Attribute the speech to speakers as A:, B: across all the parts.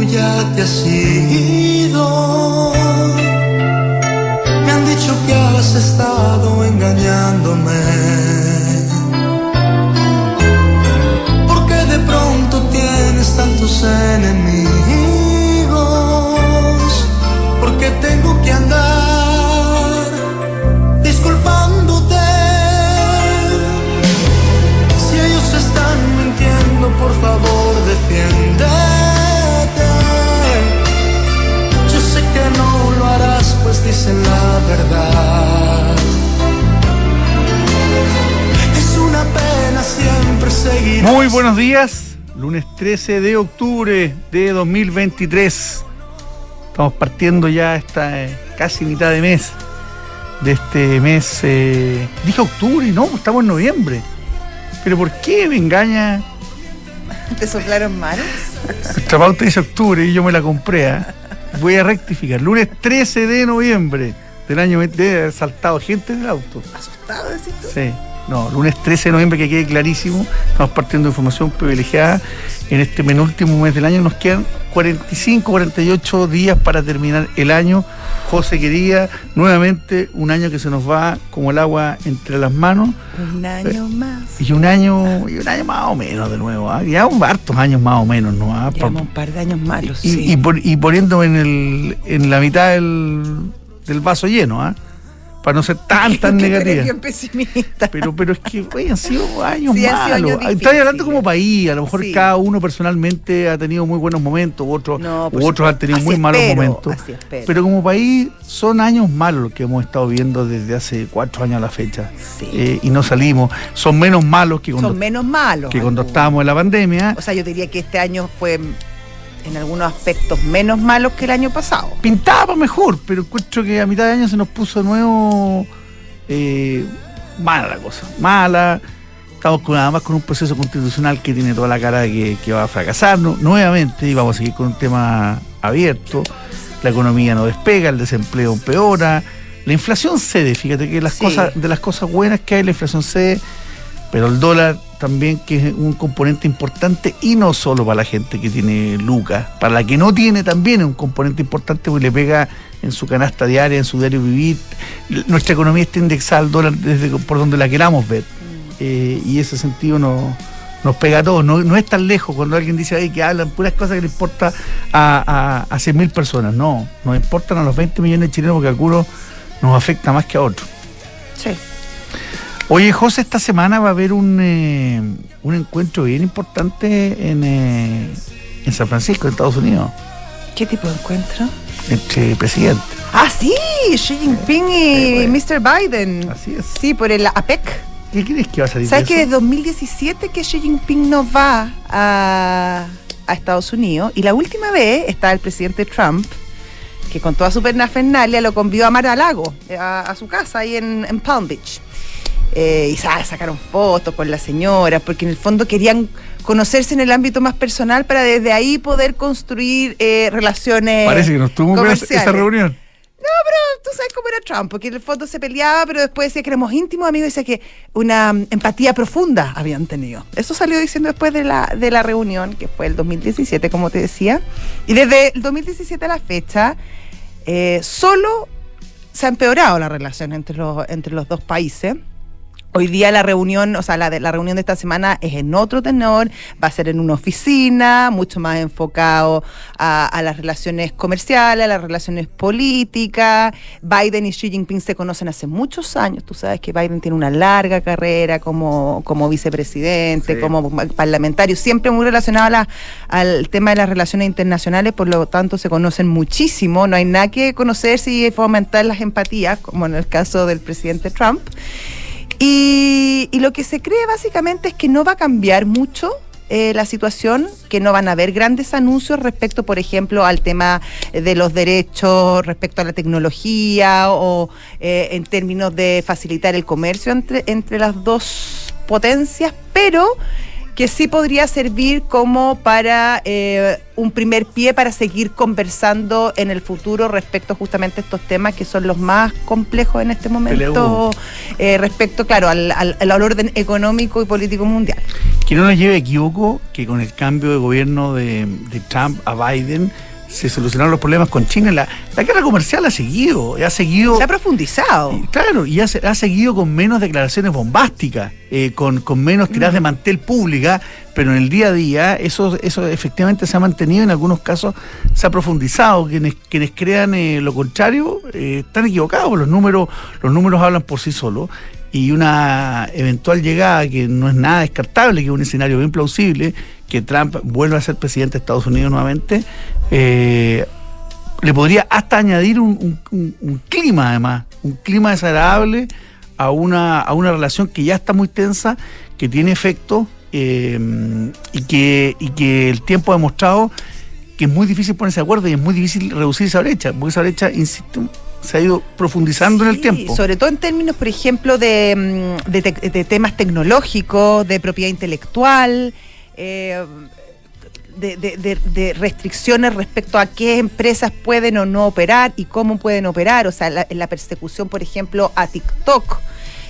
A: ya te has ido. Me han dicho que has estado engañándome, porque de pronto tienes tantos enemigos, porque tengo que andar disculpándote. Si ellos están mintiendo, por favor defiéndete. Yo sé que no lo harás, pues dicen la verdad. Es una pena, siempre seguirás.
B: Muy buenos días, lunes 13 de octubre de 2023. Estamos partiendo ya esta casi mitad de mes. De este mes, dije octubre, no, estamos en noviembre. Pero ¿por qué me engaña?
C: ¿Te soplaron mal?
B: Nuestra pauta dice octubre y yo me la compré, ¿eh? Voy a rectificar, lunes 13 de noviembre del año 20, de haber saltado gente del auto.
C: ¿Asustado, decís tú?
B: Sí, no, lunes 13 de noviembre, que quede clarísimo. Estamos partiendo de información privilegiada. En este penúltimo mes del año nos quedan 45, 48 días para terminar el año. José quería, nuevamente, un año que se nos va como el agua entre las manos.
C: Un año más.
B: Y un año más o menos de nuevo, ¿eh? Ya hartos años más o menos, ¿no?
C: Llevamos un par de años malos,
B: y poniéndome en la mitad del vaso lleno, ¿eh? Para no ser tan negativa.
C: Bien pesimista.
B: Pero es que, güey, han sido años
C: sí,
B: malos. Estoy hablando como país, a lo mejor sí. Cada uno personalmente ha tenido muy buenos momentos, otros han tenido muy malos momentos. Pero como país son años malos los que hemos estado viendo desde hace 4 años a la fecha. Sí. Y no salimos. Son menos malos que cuando estábamos en la pandemia.
C: O sea, yo diría que este año fue en algunos aspectos menos malos que el año pasado.
B: Pintaba mejor, pero encuentro que a mitad de año se nos puso de nuevo mala la cosa. Mala. Estamos nada más con un proceso constitucional que tiene toda la cara de que va a fracasar nuevamente, y vamos a seguir con un tema abierto. La economía no despega, el desempleo empeora, la inflación cede. Fíjate que de las cosas buenas que hay, la inflación cede, pero el dólar también, que es un componente importante, y no solo para la gente que tiene lucas, para la que no tiene también es un componente importante, porque le pega en su canasta diaria, en su diario vivir. Nuestra economía está indexada al dólar por donde la queramos ver, y ese sentido nos pega a todos. No es tan lejos cuando alguien dice ahí que hablan puras cosas que le importa a 100.000 personas. No, nos importan a los 20 millones de chilenos, porque a algunos nos afecta más que a otros.
C: Sí.
B: Oye, José, esta semana va a haber un encuentro bien importante en San Francisco, en Estados Unidos.
C: ¿Qué tipo de encuentro?
B: Entre presidentes.
C: Ah, sí, Xi Jinping y Mr. Biden.
B: Así es.
C: Sí, por el APEC.
B: ¿Qué crees que va a salir?
C: ¿Sabes que desde 2017 que Xi Jinping no va a Estados Unidos? Y la última vez estaba el presidente Trump, que con toda su pernafernalia lo convidó a Mar-a-Lago, a su casa ahí en Palm Beach. Y sacaron fotos con la señora, porque en el fondo querían conocerse en el ámbito más personal para desde ahí poder construir relaciones.
B: Parece que no estuvo esa reunión.
C: No, pero tú sabes cómo era Trump, porque en el fondo se peleaba, pero después decía que éramos íntimos amigos, decía que una empatía profunda habían tenido. Eso salió diciendo después de la reunión, que fue el 2017, como te decía. Y desde el 2017 a la fecha, solo se ha empeorado la relación entre los dos países. Hoy día la reunión, o sea, la reunión de esta semana es en otro tenor, va a ser en una oficina, mucho más enfocado a las relaciones comerciales, a las relaciones políticas. Biden y Xi Jinping se conocen hace muchos años. Tú sabes que Biden tiene una larga carrera como vicepresidente, sí, como parlamentario, siempre muy relacionado al tema de las relaciones internacionales, por lo tanto se conocen muchísimo. No hay nada que conocerse y fomentar las empatías, como en el caso del presidente Trump. Y lo que se cree básicamente es que no va a cambiar mucho la situación, que no van a haber grandes anuncios respecto, por ejemplo, al tema de los derechos respecto a la tecnología o en términos de facilitar el comercio entre las dos potencias, pero que sí podría servir como para un primer pie para seguir conversando en el futuro respecto justamente a estos temas que son los más complejos en este momento, respecto, claro, al orden económico y político mundial.
B: Que no nos lleve a equivoco que con el cambio de gobierno de Trump a Biden se solucionaron los problemas con China. La guerra comercial ha seguido. Se
C: ha profundizado.
B: Claro, y ha seguido con menos declaraciones bombásticas, con menos tiradas de mantel pública, pero en el día a día eso efectivamente se ha mantenido, en algunos casos se ha profundizado. Quienes crean lo contrario están equivocados. Los números hablan por sí solos. Y una eventual llegada, que no es nada descartable, que es un escenario bien plausible, que Trump vuelva a ser presidente de Estados Unidos nuevamente, le podría hasta añadir un clima, además, un clima desagradable a una relación que ya está muy tensa, que tiene efectos y que el tiempo ha demostrado que es muy difícil ponerse de acuerdo y es muy difícil reducir esa brecha, porque esa brecha, insisto, se ha ido profundizando en el tiempo.
C: Sobre todo en términos, por ejemplo, de temas tecnológicos, de propiedad intelectual, de restricciones respecto a qué empresas pueden o no operar y cómo pueden operar. O sea, la persecución, por ejemplo, a TikTok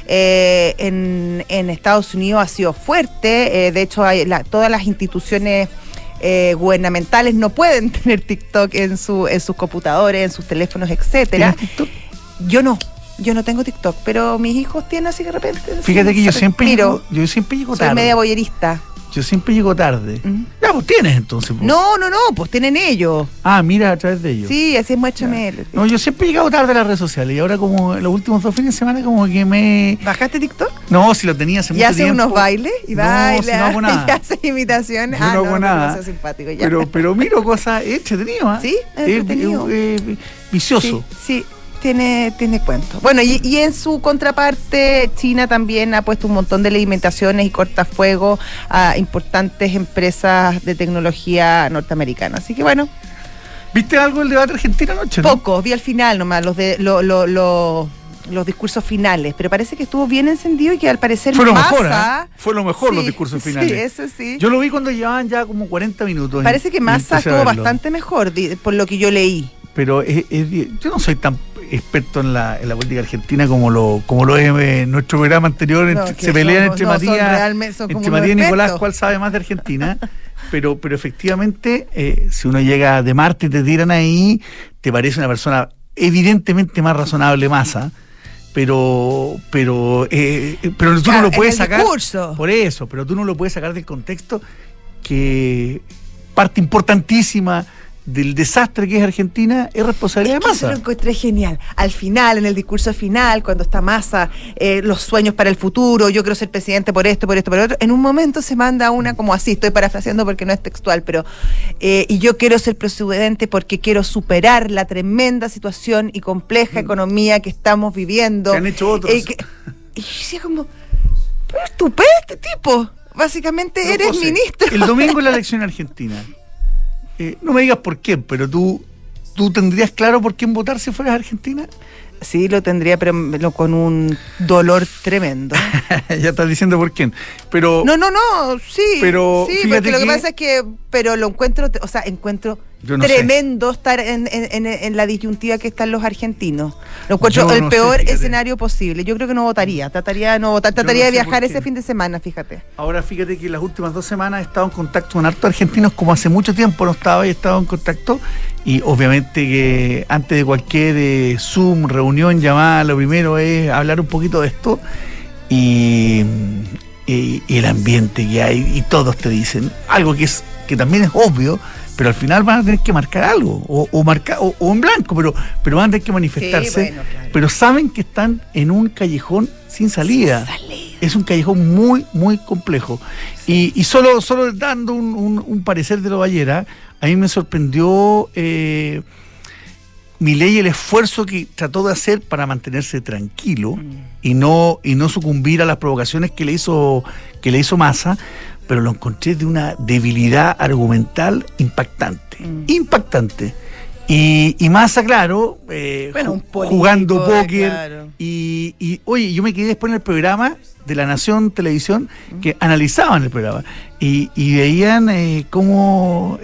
C: en Estados Unidos ha sido fuerte. De hecho, todas las instituciones gubernamentales no pueden tener TikTok en sus computadores, en sus teléfonos, etcétera. Yo no tengo TikTok, pero mis hijos tienen, así que de repente.
B: Fíjate que yo siempre llego tarde.
C: Soy media boyerista.
B: Yo siempre llego tarde. Ya, pues tienes entonces. Pues.
C: No, pues tienen ellos.
B: Ah, mira, a través de ellos.
C: Sí, así es muéstrame.
B: No, yo siempre he llegado tarde a las redes sociales y ahora como en los últimos 2 fines de semana como que me...
C: ¿Bajaste TikTok?
B: No, si lo tenía hace mucho tiempo.
C: ¿Y hace unos bailes? Y baila,
B: si no hago nada.
C: Y hace imitaciones.
B: Yo no hago nada.
C: No, simpático, ya.
B: Pero miro cosas entretenido, ¿eh?
C: Sí, entretenido.
B: Vicioso.
C: Sí. Tiene cuento. Bueno, y en su contraparte, China también ha puesto un montón de limitaciones y cortafuegos a importantes empresas de tecnología norteamericanas. Así que bueno.
B: ¿Viste algo del debate argentino anoche?
C: Poco, vi al final nomás los discursos finales, pero parece que estuvo bien encendido y que al parecer
B: fue lo mejor los discursos finales.
C: Sí, eso sí.
B: Yo lo vi cuando llevaban ya como 40 minutos.
C: Parece que Massa estuvo bastante mejor, por lo que yo leí.
B: Pero yo no soy tan experto en la política argentina como lo es nuestro programa anterior. Se pelean entre Matías y Nicolás cuál sabe más de Argentina. pero efectivamente, si uno llega de Marte y te tiran ahí, te parece una persona evidentemente más razonable Massa. Pero tú no lo puedes sacar por eso, pero tú no lo puedes sacar del contexto que parte importantísima del desastre que es Argentina es responsabilidad de Massa.
C: Eso lo encontré genial. Al final, en el discurso final, cuando está Massa, los sueños para el futuro, yo quiero ser presidente por esto, por otro, en un momento se manda una como así, estoy parafraseando porque no es textual, pero y yo quiero ser presidente porque quiero superar la tremenda situación y compleja economía que estamos viviendo.
B: Que han hecho otros.
C: Y decía como, pero estupendo este tipo. Básicamente pero eres José, ministro.
B: El domingo es la elección en Argentina. No me digas por qué, pero tú tendrías claro por quién votar si fueras a Argentina.
C: Sí, lo tendría, pero con un dolor tremendo.
B: Ya estás diciendo por quién. Pero
C: no, sí.
B: Pero
C: sí, porque lo que pasa es que, pero lo encuentro tremendo estar en la disyuntiva que están los argentinos. Lo encuentro el peor escenario posible. Yo creo que no votaría, trataría de no votar, trataría de viajar ese fin de semana, fíjate.
B: Ahora fíjate que en las últimas 2 semanas he estado en contacto con hartos argentinos, como hace mucho tiempo no estaba y he estado en contacto. Y obviamente que antes de cualquier Zoom, reunión, llamada, lo primero es hablar un poquito de esto y el ambiente que hay, y todos te dicen algo que también es obvio, pero al final van a tener que marcar algo, o en blanco, pero van a tener que manifestarse, sí, bueno, claro. Pero saben que están en un callejón sin salida. Es un callejón muy, muy complejo. Sí. Y solo dando un parecer de Loballera, a mí me sorprendió Milei, el esfuerzo que trató de hacer para mantenerse tranquilo y no sucumbir a las provocaciones que le hizo Massa, pero lo encontré de una debilidad argumental impactante. Y Massa, claro,
C: Bueno, un político,
B: jugando póker.
C: claro.
B: Y oye, yo me quedé después en el programa de La Nación Televisión, que analizaban el programa y veían cómo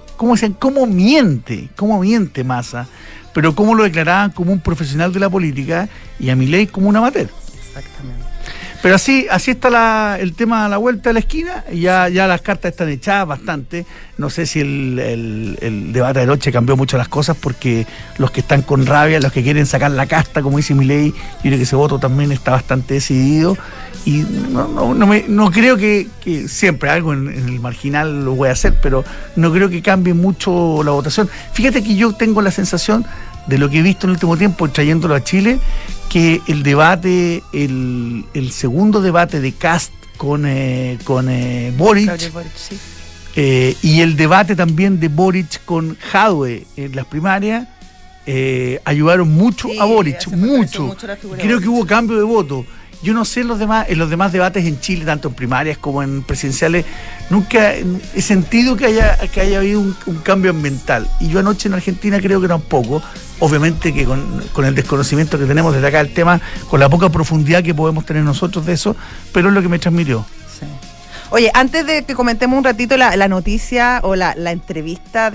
B: miente Massa, pero cómo lo declaraban como un profesional de la política y a Milei como un amateur.
C: Exactamente.
B: Pero así está el tema a la vuelta de la esquina, y ya las cartas están echadas bastante. No sé si el debate de noche cambió mucho las cosas, porque los que están con rabia, los que quieren sacar la casta, como dice Milei, yo creo que ese voto también está bastante decidido. Y no creo que siempre algo en el marginal lo voy a hacer, pero no creo que cambie mucho la votación. Fíjate que yo tengo la sensación de lo que he visto en el último tiempo, trayéndolo a Chile, que el debate, el segundo debate de Kast con Boric,
C: Sí.
B: y el debate también de Boric con Jadwe en las primarias, ayudaron mucho
C: Sí,
B: a Boric,
C: se fortaleció
B: mucho.
C: mucho la figura de
B: Creo que
C: Boric.
B: hubo cambio de voto. Yo no sé en los demás debates en Chile, tanto en primarias como en presidenciales, nunca he sentido que haya habido un cambio ambiental. Y yo anoche en Argentina creo que tampoco. Obviamente que con el desconocimiento que tenemos desde acá del tema, con la poca profundidad que podemos tener nosotros de eso, pero es lo que me transmitió.
C: Sí. Oye, antes de que comentemos un ratito la noticia o la entrevista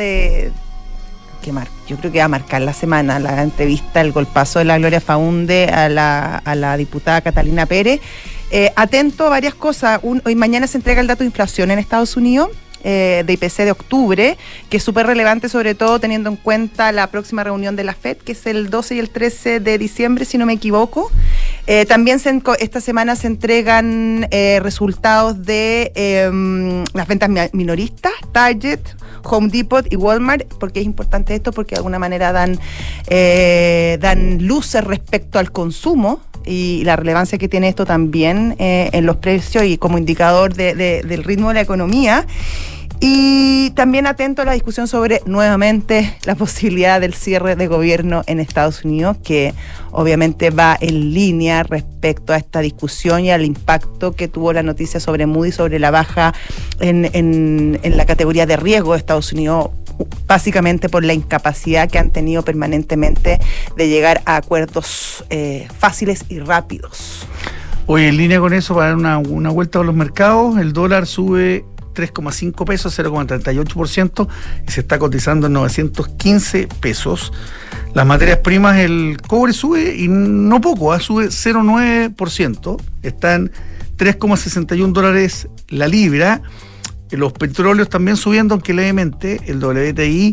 C: yo creo que va a marcar la semana, la entrevista, el golpazo de la Gloria Faunde a la diputada Catalina Pérez. Atento a varias cosas. Hoy mañana se entrega el dato de inflación en Estados Unidos, de IPC de octubre, que es súper relevante, sobre todo teniendo en cuenta la próxima reunión de la FED, que es el 12 y el 13 de diciembre, si no me equivoco. También esta semana se entregan resultados de las ventas minoristas, Target, Home Depot y Walmart. ¿Por qué es importante esto? Porque de alguna manera dan luces respecto al consumo y la relevancia que tiene esto también en los precios y como indicador del ritmo de la economía. Y también atento a la discusión sobre, nuevamente, la posibilidad del cierre de gobierno en Estados Unidos, que obviamente va en línea respecto a esta discusión y al impacto que tuvo la noticia sobre Moody's, sobre la baja en la categoría de riesgo de Estados Unidos, básicamente por la incapacidad que han tenido permanentemente de llegar a acuerdos fáciles y rápidos.
B: Oye, en línea con eso, para dar una vuelta a los mercados, el dólar sube 3,5 pesos, 0,38%, y se está cotizando en 915 pesos. Las materias primas, el cobre sube, y no poco, sube 0,9%, está en $3,61 la libra. Los petróleos también subiendo, aunque levemente, el WTI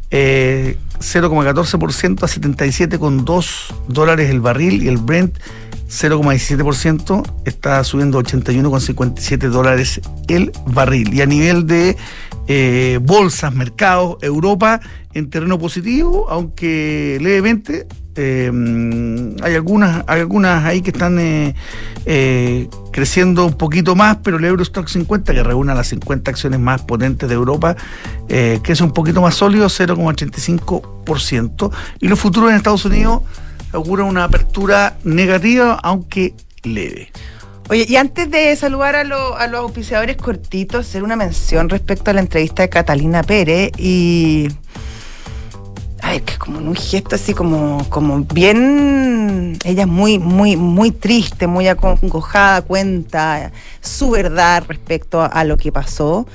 B: 0,14% a $77,2 el barril, y el Brent 0,17%, está subiendo $81,57 el barril. Y a nivel de bolsas, mercados, Europa en terreno positivo, aunque levemente. Hay algunas ahí que están creciendo un poquito más, pero el Eurostoxx 50, que reúne a las 50 acciones más potentes de Europa, que es un poquito más sólido, 0,85%. Y los futuros en Estados Unidos auguran una apertura negativa, aunque leve.
C: Oye, y antes de saludar a los auspiciadores cortitos, hacer una mención respecto a la entrevista de Catalina Pérez y... A ver, que es como en un gesto así como bien... Ella es muy, muy, muy triste, muy acongojada, cuenta su verdad respecto a lo que pasó.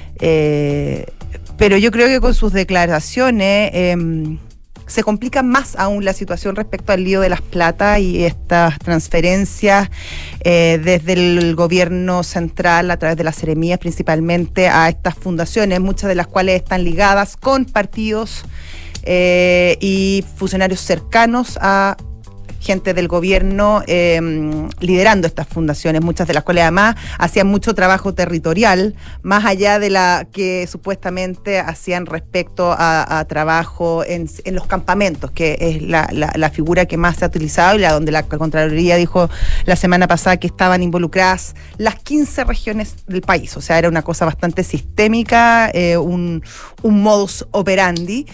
C: Pero yo creo que con sus declaraciones se complica más aún la situación respecto al lío de Las Plata y estas transferencias desde el gobierno central a través de las seremías principalmente a estas fundaciones, muchas de las cuales están ligadas con partidos y funcionarios cercanos a gente del gobierno liderando estas fundaciones, muchas de las cuales además hacían mucho trabajo territorial, más allá de la que supuestamente hacían respecto a trabajo en los campamentos, que es la figura que más se ha utilizado y la donde la Contraloría dijo la semana pasada que estaban involucradas las 15 regiones del país. O sea, era una cosa bastante sistémica, un modus operandi.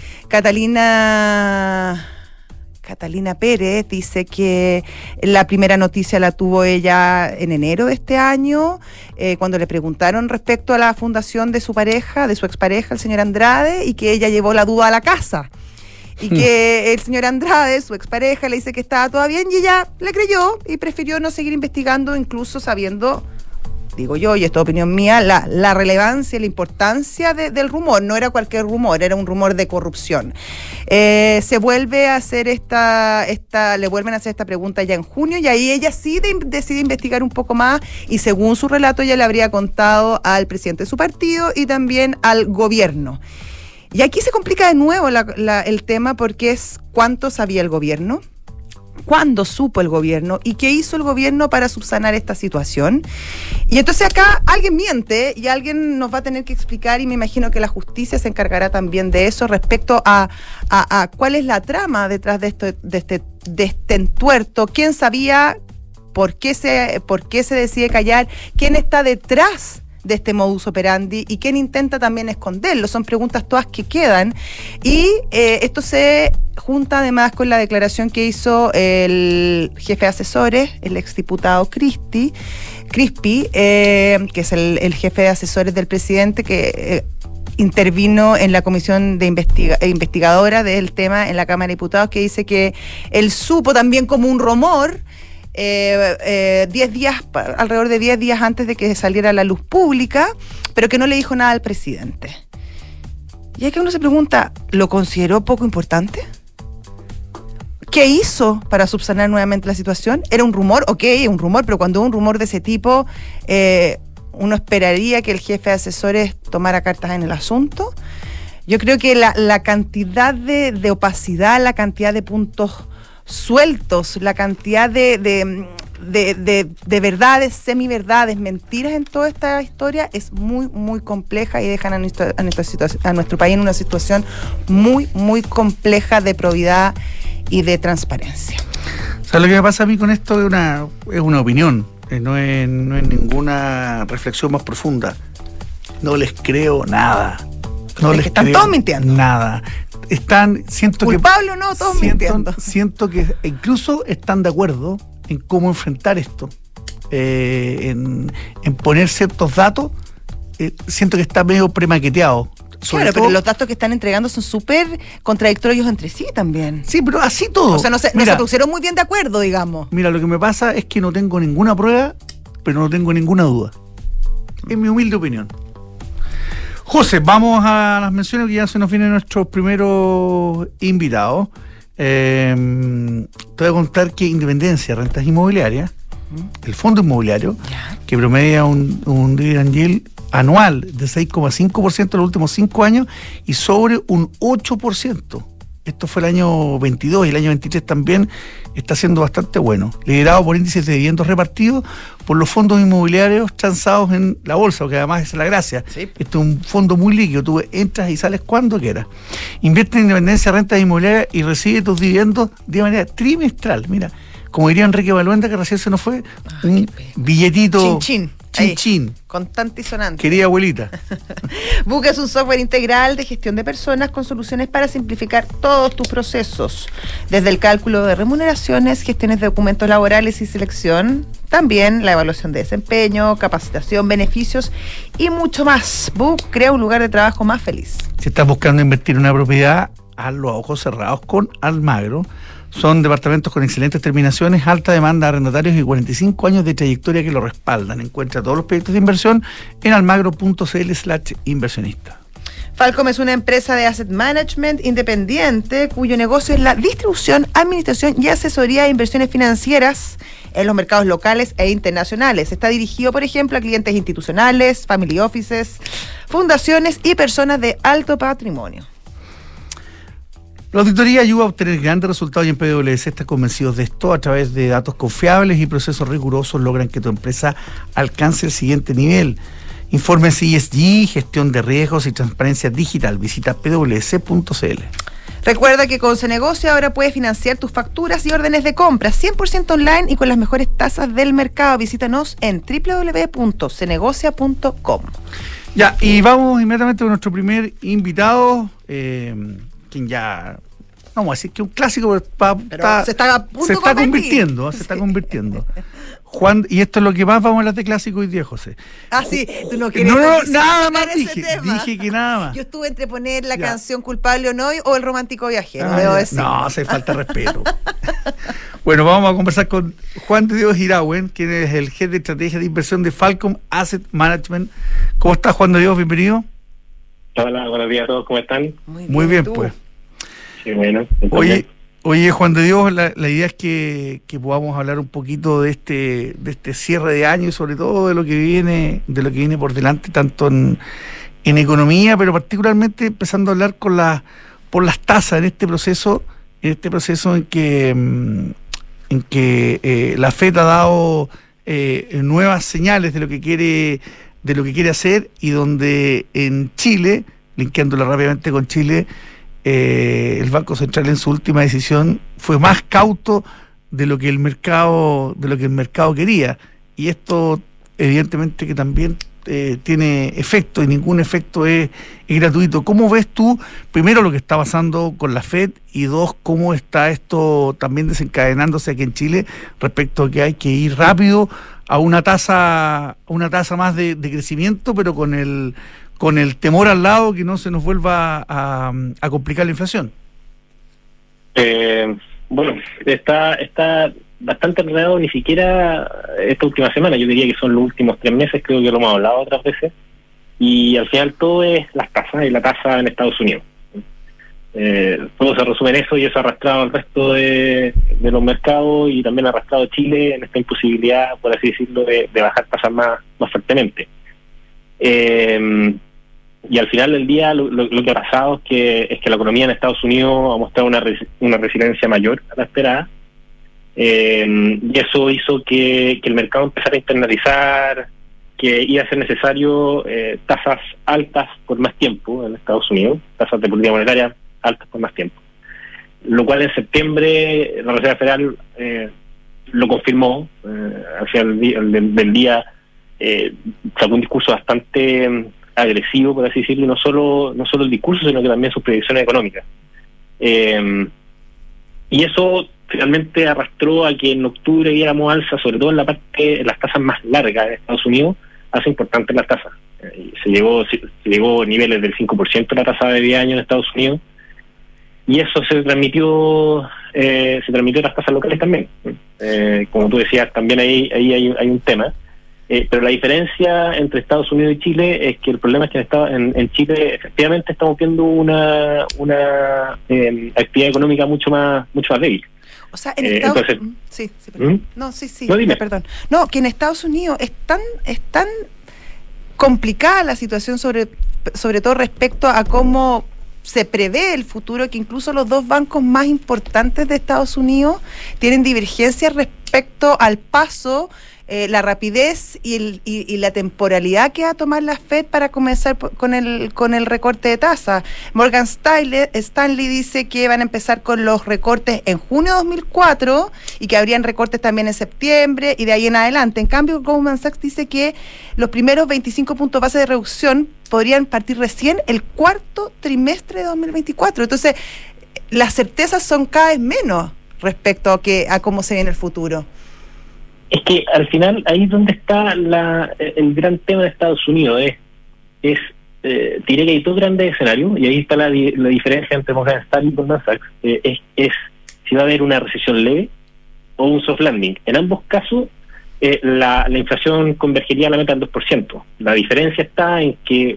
C: Catalina Pérez dice que la primera noticia la tuvo ella en enero de este año, cuando le preguntaron respecto a la fundación de su pareja, de su expareja, el señor Andrade, y que ella llevó la duda a la casa. y que el señor Andrade, su expareja, le dice que estaba todo bien y ella le creyó y prefirió no seguir investigando, incluso sabiendo, digo yo, y esto es opinión mía, la relevancia, la importancia del rumor. No era cualquier rumor, era un rumor de corrupción. Se vuelve a hacer le vuelven a hacer esta pregunta ya en junio, y ahí ella sí decide investigar un poco más, y según su relato ella le habría contado al presidente de su partido y también al gobierno. Y aquí se complica de nuevo el tema, porque es cuánto sabía el gobierno, cuándo supo el gobierno y qué hizo el gobierno para subsanar esta situación. Y entonces acá alguien miente y alguien nos va a tener que explicar, y me imagino que la justicia se encargará también de eso, respecto a cuál es la trama detrás de este entuerto, quién sabía, por qué se decide callar, quién está detrás de este modus operandi y quién intenta también esconderlo. Son preguntas todas que quedan, y esto se junta además con la declaración que hizo el jefe de asesores, el exdiputado Crispi, que es el jefe de asesores del presidente, que intervino en la comisión de investigadora del tema en la Cámara de Diputados, que dice que él supo también como un rumor 10 días, alrededor de 10 días antes de que saliera a la luz pública, pero que no le dijo nada al presidente. Y es que uno se pregunta, ¿lo consideró poco importante? ¿Qué hizo para subsanar nuevamente la situación? ¿Era un rumor? Ok, un rumor, pero cuando un rumor de ese tipo, uno esperaría que el jefe de asesores tomara cartas en el asunto. Yo creo que la cantidad de opacidad, la cantidad de puntos sueltos, la cantidad de verdades, semiverdades, mentiras en toda esta historia es muy, muy compleja, y dejan a nuestro país en una situación muy, muy compleja de probidad y de transparencia.
B: ¿Sabes lo que me pasa a mí con esto? Es una opinión, no es ninguna reflexión más profunda. No les creo nada. No les
C: están
B: creo
C: todos mintiendo.
B: Nada. Siento
C: culpable o no, todos mintiendo.
B: Siento que incluso están de acuerdo en cómo enfrentar esto, en poner ciertos datos. Siento que está medio premaqueteado.
C: Claro, pero los datos que están entregando son súper contradictorios entre sí también.
B: Sí, pero así todo.
C: O sea, no se pusieron muy bien de acuerdo, digamos.
B: Mira, lo que me pasa es que no tengo ninguna prueba, pero no tengo ninguna duda. Es mi humilde opinión. José, vamos a las menciones, que ya se nos vienen nuestros primeros invitados. Te voy a contar que Independencia Rentas Inmobiliarias, el fondo inmobiliario, que promedia un dividend yield anual de 6,5% en los últimos 5 años y sobre un 8%. Esto fue el año 22, y el año 23 también está siendo bastante bueno, liderado por índices de dividendos repartidos por los fondos inmobiliarios transados en la bolsa, porque además esa es la gracia. Sí. Esto es un fondo muy líquido, tú entras y sales cuando quieras. Invierte en Independencia Rentas Inmobiliarias y recibe tus dividendos de manera trimestral. Mira, como diría Enrique Baluenda, que recién se nos fue, un billetito chin,
C: contante y sonante.
B: Querida abuelita.
C: Buca es un software integral de gestión de personas con soluciones para simplificar todos tus procesos, desde el cálculo de remuneraciones, gestiones de documentos laborales y selección, también la evaluación de desempeño, capacitación, beneficios y mucho más. Buc crea un lugar de trabajo más feliz.
B: Si estás buscando invertir en una propiedad, hazlo a ojos cerrados con Almagro. Son departamentos con excelentes terminaciones, alta demanda de arrendatarios y 45 años de trayectoria que lo respaldan. Encuentra todos los proyectos de inversión en almagro.cl/inversionista.
C: Falcom es una empresa de asset management independiente cuyo negocio es la distribución, administración y asesoría de inversiones financieras en los mercados locales e internacionales. Está dirigido, por ejemplo, a clientes institucionales, family offices, fundaciones y personas de alto patrimonio.
B: La auditoría ayuda a obtener grandes resultados, y en PwC está convencidos de esto. A través de datos confiables y procesos rigurosos logran que tu empresa alcance el siguiente nivel. Informes ESG, gestión de riesgos y transparencia digital. Visita pwc.cl.
C: Recuerda que con Cenegocio ahora puedes financiar tus facturas y órdenes de compra 100% online y con las mejores tasas del mercado. Visítanos en www.cenegocia.com.
B: Ya, y vamos inmediatamente con nuestro primer invitado, quien ya no vamos a decir que es un clásico,
C: Pero se está a punto
B: se
C: de
B: está
C: convertir.
B: convirtiendo, se está convirtiendo. Juan, y esto es lo que más vamos a hablar de clásico hoy día, José.
C: Ah, sí, tú no quieres
B: No,
C: participar
B: nada
C: en
B: más
C: ese tema.
B: dije que nada más.
C: Yo estuve entre poner la
B: Ya.
C: canción Culpable o No o El Romántico Viajero,
B: Ah,
C: debo
B: ya.
C: decir.
B: No, hace falta respeto. Bueno, vamos a conversar con Juan de Dios Irauen, quien es el jefe de estrategia de inversión de Falcon Asset Management. ¿Cómo estás, Juan de Dios? Bienvenido.
D: Hola, buenos días a todos, ¿cómo están?
B: Muy bien,
C: ¿tú?
B: pues.
D: Sí, bueno.
B: Oye, Juan de Dios, la idea es que podamos hablar un poquito de este cierre de año y sobre todo de lo que viene por delante, tanto en economía, pero particularmente empezando a hablar por las tasas en este proceso en que la FED ha dado nuevas señales de lo que quiere hacer, y donde en Chile, linkeándola rápidamente con Chile, el Banco Central en su última decisión fue más cauto de lo que el mercado quería, y esto evidentemente que también tiene efecto, y ningún efecto es gratuito. ¿Cómo ves tú, primero, lo que está pasando con la FED, y dos, cómo está esto también desencadenándose aquí en Chile respecto a que hay que ir rápido a una tasa más de crecimiento, pero con el temor al lado que no se nos vuelva a complicar la inflación?
D: Bueno, está bastante enredado, ni siquiera esta última semana, yo diría que son los últimos 3 meses, creo que lo hemos hablado otras veces, y al final todo es las tasas, y la tasa en Estados Unidos. Todo se resume en eso, y eso ha arrastrado al resto de los mercados, y también ha arrastrado a Chile en esta imposibilidad, por así decirlo, de bajar tasas más fuertemente. Y al final del día lo que ha pasado es que la economía en Estados Unidos ha mostrado una resiliencia mayor a la esperada, y eso hizo que el mercado empezara a internalizar que iba a ser necesario tasas altas por más tiempo en Estados Unidos, tasas de política monetaria altas por más tiempo, lo cual en septiembre la Reserva Federal lo confirmó. Al final del día sacó un discurso bastante agresivo, por así decirlo, y no solo el discurso, sino que también sus predicciones económicas, y eso finalmente arrastró a que en octubre viéramos alza, sobre todo en las tasas más largas de Estados Unidos, hace importante las tasas. Se llegó a niveles del 5% de la tasa de 10 años en Estados Unidos, y eso se transmitió a las tasas locales también. Como tú decías, también ahí hay un tema. Pero la diferencia entre Estados Unidos y Chile es que el problema es que en Chile efectivamente estamos viendo una actividad económica mucho más débil.
C: O sea, en Estados Unidos... Sí, perdón. No, sí,
D: no, dime.
C: Perdón. No, que en Estados Unidos es tan complicada la situación, sobre todo respecto a cómo se prevé el futuro, que incluso los dos bancos más importantes de Estados Unidos tienen divergencias respecto al paso, la rapidez y la temporalidad que va a tomar la FED para comenzar con el recorte de tasa. Morgan Stanley dice que van a empezar con los recortes en junio de 2004 y que habrían recortes también en septiembre y de ahí en adelante. En cambio, Goldman Sachs dice que los primeros 25 puntos base de reducción podrían partir recién el cuarto trimestre de 2024. Entonces, las certezas son cada vez menos respecto a cómo se viene el futuro.
D: Es que al final ahí es donde está el gran tema de Estados Unidos. Diré que hay dos grandes escenarios, y ahí está la diferencia entre Morgan Stanley y Goldman Sachs. Es si va a haber una recesión leve o un soft landing. En ambos casos la inflación convergería a la meta del 2%. La diferencia está en que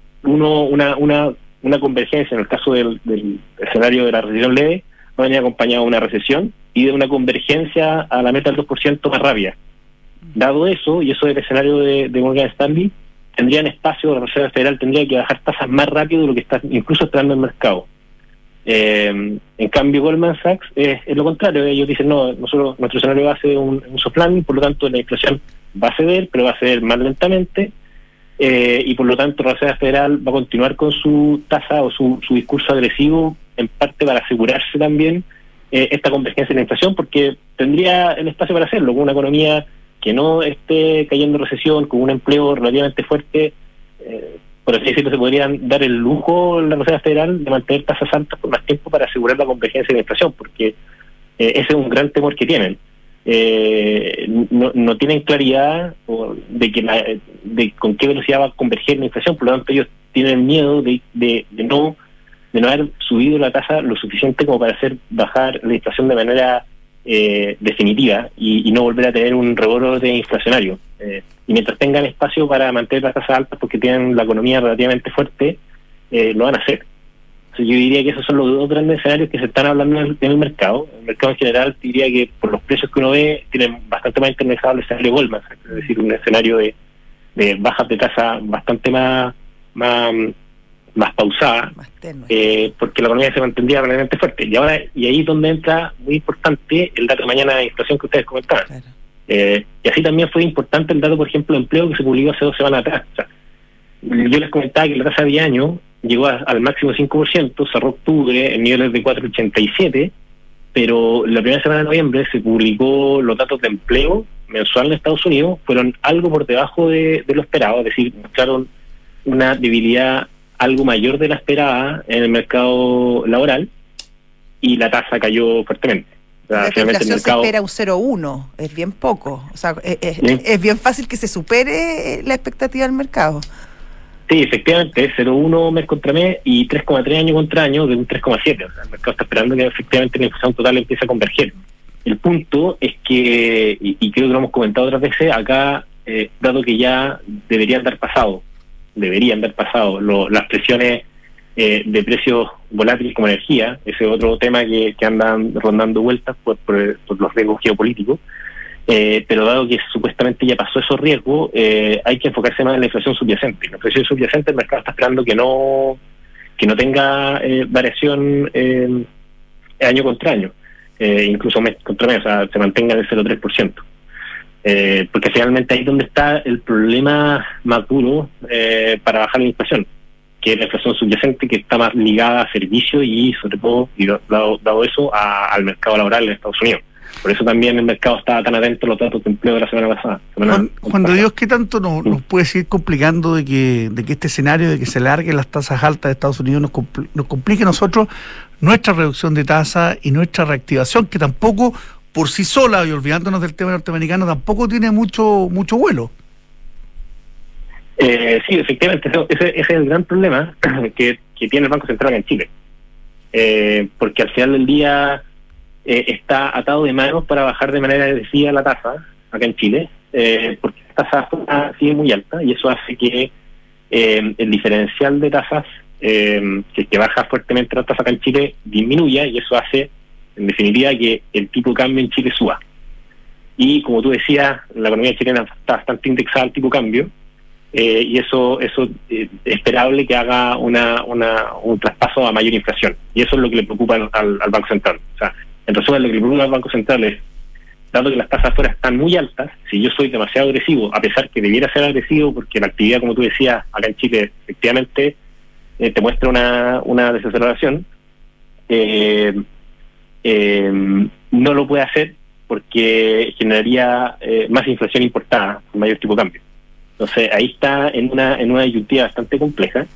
D: una convergencia en el caso del escenario de la recesión leve va a venir acompañado de una recesión y de una convergencia a la meta del 2% más rápida. Dado eso, y eso del escenario de Morgan Stanley, tendrían espacio, la Reserva Federal tendría que bajar tasas más rápido de lo que está incluso esperando el mercado. En cambio, Goldman Sachs es lo contrario. Ellos dicen, no, nuestro escenario va a ser un soft landing, por lo tanto la inflación va a ceder, pero va a ceder más lentamente, y por lo tanto la Reserva Federal va a continuar con su tasa o su discurso agresivo, en parte para asegurarse también esta convergencia en la inflación, porque tendría el espacio para hacerlo, con una economía que no esté cayendo en recesión, con un empleo relativamente fuerte. por así decirlo, se podrían dar el lujo la Reserva Federal de mantener tasas altas por más tiempo para asegurar la convergencia de la inflación, porque ese es un gran temor que tienen. No tienen claridad de con qué velocidad va a converger la inflación, por lo tanto ellos tienen miedo de no haber subido la tasa lo suficiente como para hacer bajar la inflación de manera definitiva y no volver a tener un rebrote inflacionario. Y mientras tengan espacio para mantener las tasas altas porque tienen la economía relativamente fuerte, lo van a hacer. Entonces yo diría que esos son los dos grandes escenarios que se están hablando en el mercado. El mercado en general diría que por los precios que uno ve tienen bastante más internalizado el escenario Goldman, es decir, un escenario de bajas de tasa bastante más pausada, porque la economía se mantendría realmente fuerte. Y ahí es donde entra muy importante el dato de mañana de inflación que ustedes comentaban. Claro. Y así también fue importante el dato, por ejemplo, de empleo que se publicó hace 2 semanas atrás. O sea, yo les comentaba que la tasa de año llegó al máximo 5%, cerró octubre en niveles de 4,87, pero la primera semana de noviembre se publicó los datos de empleo mensual en Estados Unidos, fueron algo por debajo de lo esperado, es decir, mostraron una debilidad algo mayor de la esperada en el mercado laboral y la tasa cayó fuertemente. O sea,
C: la inflación se espera un 0,1, es bien poco, o sea, es bien fácil que se supere la expectativa del mercado.
D: Sí, efectivamente, 0,1 mes contra mes y 3,3 año contra año de un 3,7. O sea, el mercado está esperando que efectivamente la inflación total empiece a converger. El punto es que, y creo que lo hemos comentado otras veces, acá, dado que ya deberían dar pasado las presiones de precios volátiles como energía, ese otro tema que andan rondando vueltas por los riesgos geopolíticos, pero dado que supuestamente ya pasó esos riesgos, hay que enfocarse más en la inflación subyacente. La inflación subyacente, el mercado está esperando que no tenga variación año contra año, incluso mes contra mes, o sea, se mantenga en el 0,3%. Porque finalmente ahí es donde está el problema más duro para bajar la inflación, que es la inflación subyacente, que está más ligada a servicios y sobre todo, y dado eso, al mercado laboral en Estados Unidos. Por eso también el mercado estaba tan atento a los datos de empleo de la semana pasada.
B: Juan de Dios, ¿qué tanto nos puede seguir complicando de que este escenario de que se larguen las tasas altas de Estados Unidos nos complique a nosotros nuestra reducción de tasas y nuestra reactivación, que tampoco por sí sola, y olvidándonos del tema norteamericano, tampoco tiene mucho vuelo?
D: Sí, efectivamente, ese es el gran problema que tiene el Banco Central en Chile. Porque al final del día está atado de manos para bajar de manera agresiva la tasa acá en Chile, porque la tasa sigue muy alta y eso hace que el diferencial de tasas, que baja fuertemente la tasa acá en Chile, disminuya, y eso hace, en definitiva, que el tipo de cambio en Chile suba. Y como tú decías, la economía chilena está bastante indexada al tipo de cambio, y eso es esperable que haga un traspaso a mayor inflación. Y eso es lo que le preocupa al Banco Central. O sea, en resumen, lo que le preocupa al Banco Central es, dado que las tasas afuera están muy altas, si yo soy demasiado agresivo, a pesar que debiera ser agresivo, porque la actividad, como tú decías, acá en Chile, efectivamente, te muestra una desaceleración, no lo puede hacer porque generaría más inflación importada, con mayor tipo de cambio. Entonces ahí está en una disyuntiva bastante compleja,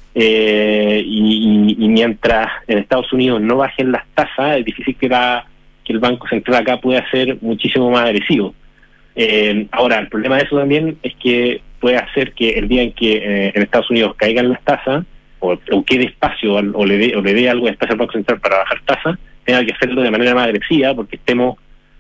D: y mientras en Estados Unidos no bajen las tasas, es difícil que el Banco Central acá pueda ser muchísimo más agresivo. Ahora, el problema de eso también es que puede hacer que el día en que en Estados Unidos caigan las tasas, o quede espacio, o le dé algo de espacio al Banco Central para bajar tasas, tenga que hacerlo de manera más agresiva, porque estemos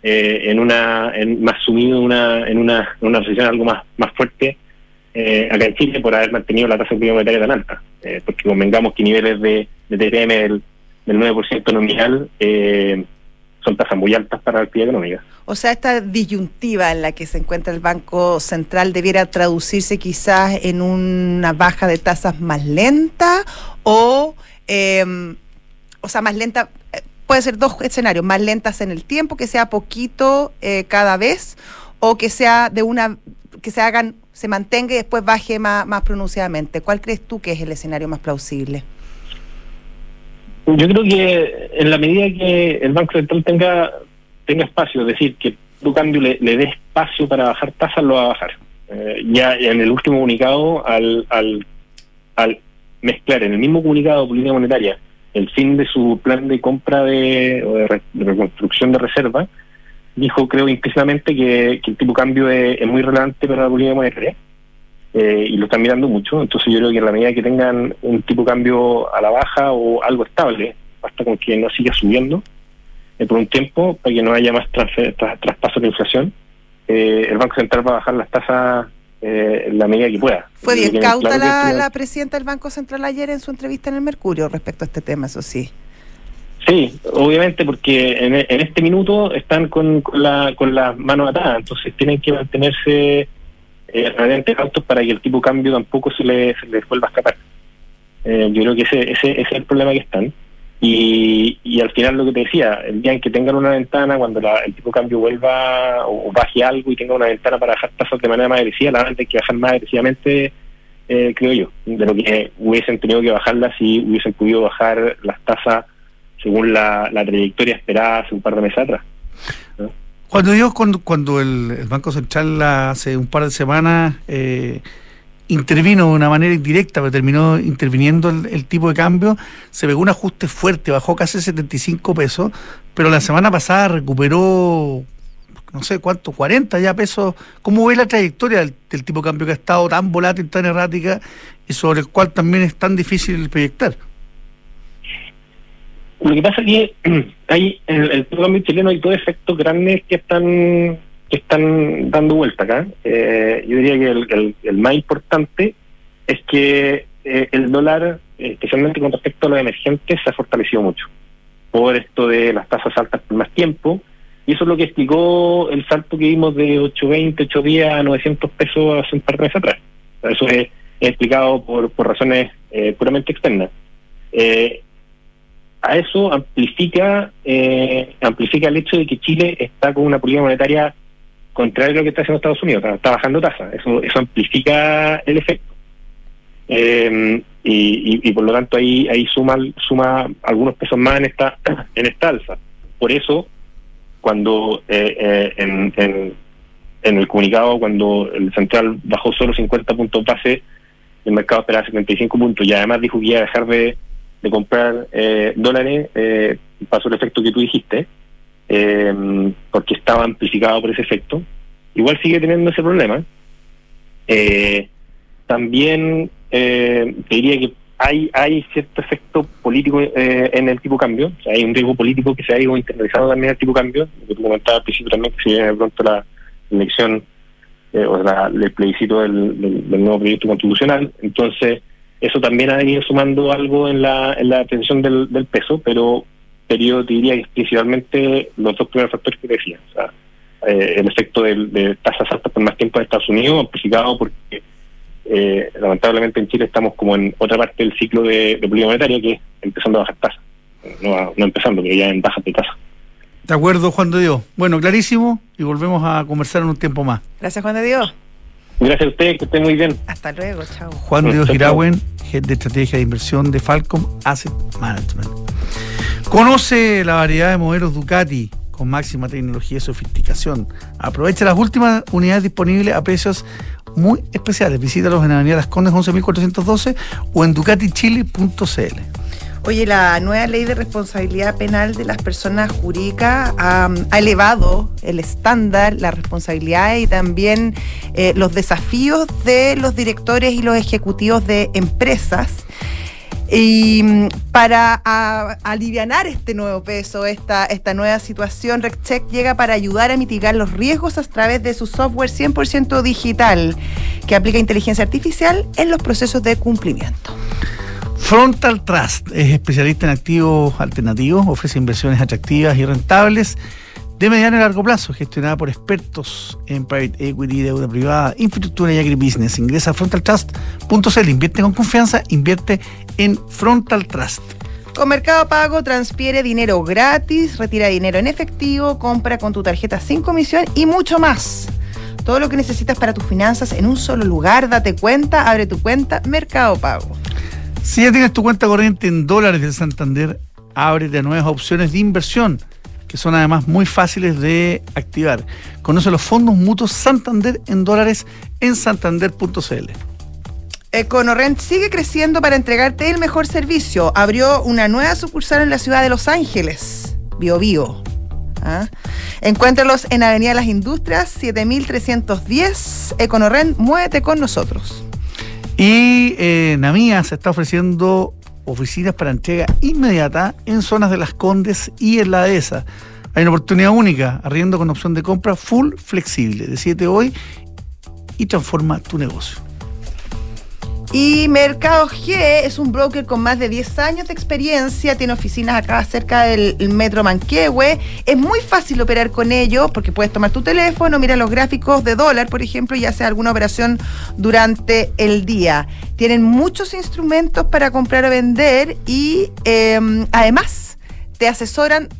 D: más sumido en una recesión algo más fuerte acá en Chile, por haber mantenido la tasa monetaria tan alta, porque convengamos que niveles de TPM del 9% nominal son tasas muy altas para la actividad económica.
C: O sea, esta disyuntiva en la que se encuentra el Banco Central debiera traducirse quizás en una baja de tasas más lenta, o sea, más lenta. Puede ser dos escenarios: más lentas en el tiempo, que sea poquito cada vez, o que sea se mantenga y después baje más pronunciadamente. ¿Cuál crees tú que es el escenario más plausible?
D: Yo creo que en la medida que el Banco Central tenga espacio, es decir, que tu cambio le dé espacio para bajar tasas, lo va a bajar. Ya en el último comunicado al al mezclar en el mismo comunicado de política monetaria el fin de su plan de compra de reconstrucción de reserva, dijo, creo implícitamente, que el tipo de cambio es muy relevante para la política monetaria, y lo están mirando mucho. Entonces yo creo que en la medida que tengan un tipo de cambio a la baja o algo estable, basta con que no siga subiendo por un tiempo, para que no haya más traspaso de inflación, el Banco Central va a bajar las tasas en la medida que pueda.
C: Fue bien
D: Claro
C: cauta la presidenta del Banco Central ayer en su entrevista en el Mercurio respecto a este tema, eso sí.
D: Sí, obviamente, porque en este minuto están con las manos atadas, entonces tienen que mantenerse realmente cautos para que el tipo de cambio tampoco se les vuelva a escapar. Yo creo que ese es el problema que están. Y al final, lo que te decía, el día en que tengan una ventana, cuando el tipo de cambio vuelva o baje algo y tenga una ventana para bajar tasas de manera más agresiva, la van a tener que bajar más agresivamente, creo yo, de lo que hubiesen tenido que bajarlas si hubiesen podido bajar las tasas según la trayectoria esperada hace un par de meses atrás, ¿no?
B: Cuando el Banco Central hace un par de semanas intervino de una manera indirecta, pero terminó interviniendo el tipo de cambio, se pegó un ajuste fuerte, bajó casi 75 pesos, pero la semana pasada recuperó, no sé cuánto, 40 ya pesos. ¿Cómo ve la trayectoria del tipo de cambio que ha estado tan volátil, tan errática, y sobre el cual también es tan difícil proyectar?
D: Lo que pasa es que hay en el tipo de cambio chileno hay dos efectos grandes que están dando vuelta acá. Yo diría que el más importante es que el dólar, especialmente con respecto a los emergentes, se ha fortalecido mucho por esto de las tasas altas por más tiempo, y eso es lo que explicó el salto que vimos de 8.20, 8.10 a 900 pesos hace un par de meses atrás. Eso es explicado por razones puramente externas. A eso amplifica el hecho de que Chile está con una política monetaria contraria a lo que está haciendo Estados Unidos, está bajando tasas. Eso amplifica el efecto. Y por lo tanto ahí suma algunos pesos más en esta alza. Por eso, cuando en el comunicado, cuando el Central bajó solo 50 puntos base, el mercado esperaba 75 puntos, y además dijo que iba a dejar de comprar dólares, pasó el efecto que tú dijiste, porque estaba amplificado por ese efecto. Igual sigue teniendo ese problema. También te diría que hay cierto efecto político en el tipo de cambio. O sea, hay un riesgo político que se ha ido internalizando también el tipo de cambio, lo que tú comentabas al principio también, que se viene de pronto la elección el plebiscito del nuevo proyecto constitucional. Entonces eso también ha ido sumando algo en la atención del peso, pero yo te diría que principalmente los dos primeros factores que te decía. O sea, el efecto de tasas altas por más tiempo en Estados Unidos, amplificado porque lamentablemente en Chile estamos como en otra parte del ciclo de política monetaria, que es empezando a bajar tasas. No empezando, pero ya en bajas de tasas.
B: De acuerdo, Juan de Dios. Bueno, clarísimo, y volvemos a conversar en un tiempo más.
C: Gracias, Juan de Dios.
D: Gracias a ustedes, que estén muy bien.
C: Hasta luego, chao.
B: Juan de Dios Girahuen, Head de Estrategia de Inversión de Falcom Asset Management. Conoce la variedad de modelos Ducati con máxima tecnología y sofisticación. Aprovecha las últimas unidades disponibles a precios muy especiales. Visítalos en Avenida Las Condes 11.412 o en ducatichile.cl.
C: Oye, la nueva ley de responsabilidad penal de las personas jurídicas ha elevado el estándar, la responsabilidad y también los desafíos de los directores y los ejecutivos de empresas. Y para alivianar este nuevo peso, esta nueva situación, RegCheck llega para ayudar a mitigar los riesgos a través de su software 100% digital, que aplica inteligencia artificial en los procesos de cumplimiento.
B: Frontal Trust es especialista en activos alternativos, ofrece inversiones atractivas y rentables de mediano y largo plazo, gestionada por expertos en private equity, deuda privada, infraestructura y agribusiness. Ingresa a frontaltrust.cl, invierte con confianza, invierte en Frontal Trust.
C: Con Mercado Pago transfiere dinero gratis, retira dinero en efectivo, compra con tu tarjeta sin comisión y mucho más. Todo lo que necesitas para tus finanzas en un solo lugar. Date cuenta, abre tu cuenta Mercado Pago.
B: Si ya tienes tu cuenta corriente en dólares del Santander, ábrete a nuevas opciones de inversión, que son además muy fáciles de activar. Conoce los fondos mutuos Santander en dólares en santander.cl.
C: EconoRent sigue creciendo para entregarte el mejor servicio. Abrió una nueva sucursal en la ciudad de Los Ángeles, Biobío. Encuéntralos en Avenida Las Industrias, 7310. EconoRent, muévete con nosotros.
B: Y Namía se está ofreciendo oficinas para entrega inmediata en zonas de Las Condes y en la Dehesa. Hay una oportunidad única, arriendo con opción de compra full flexible. Decídete hoy y transforma tu negocio.
C: Y Mercado G es un broker con más de 10 años de experiencia, tiene oficinas acá cerca del Metro Manquehue. Es muy fácil operar con ellos porque puedes tomar tu teléfono, mira los gráficos de dólar, por ejemplo, y hacer alguna operación durante el día. Tienen muchos instrumentos para comprar o vender y además te asesoran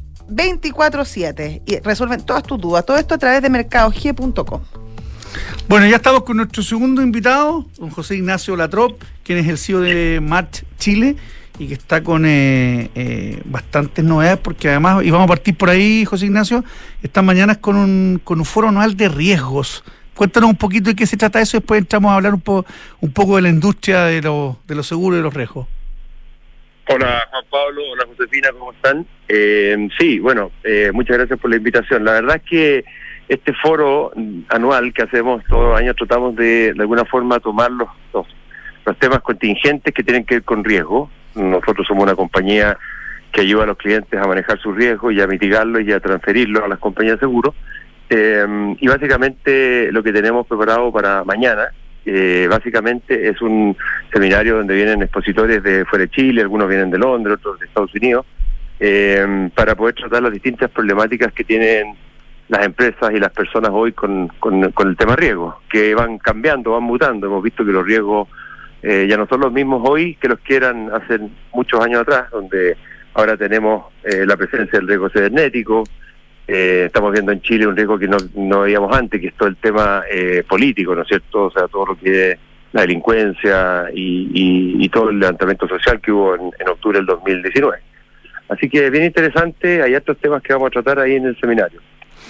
C: 24/7 y resuelven todas tus dudas. Todo esto a través de mercadog.com.
B: Bueno, ya estamos con nuestro segundo invitado, don José Ignacio Latrop, quien es el CEO de March Chile y que está con bastantes novedades, porque además, y vamos a partir por ahí, José Ignacio, estas mañanas con un foro anual de riesgos. Cuéntanos un poquito de qué se trata eso y después entramos a hablar un poco de la industria de los seguros y de los riesgos.
E: Hola Juan Pablo, hola Josefina, ¿cómo están? Sí, bueno, muchas gracias por la invitación. La verdad es que este foro anual que hacemos todos los años tratamos de alguna forma tomar los temas contingentes que tienen que ver con riesgo. Nosotros somos una compañía que ayuda a los clientes a manejar sus riesgos y a mitigarlos y a transferirlos a las compañías de seguros. Y básicamente lo que tenemos preparado para mañana, básicamente es un seminario donde vienen expositores de fuera de Chile, algunos vienen de Londres, otros de Estados Unidos, para poder tratar las distintas problemáticas que tienen las empresas y las personas hoy con el tema riesgo, que van cambiando, van mutando. Hemos visto que los riesgos ya no son los mismos hoy que los que eran hace muchos años atrás, donde ahora tenemos la presencia del riesgo cibernético. Estamos viendo en Chile un riesgo que no veíamos antes, que es todo el tema político, ¿no es cierto? O sea, todo lo que es la delincuencia y todo el levantamiento social que hubo en octubre del 2019. Así que bien interesante, hay estos temas que vamos a tratar ahí en el seminario.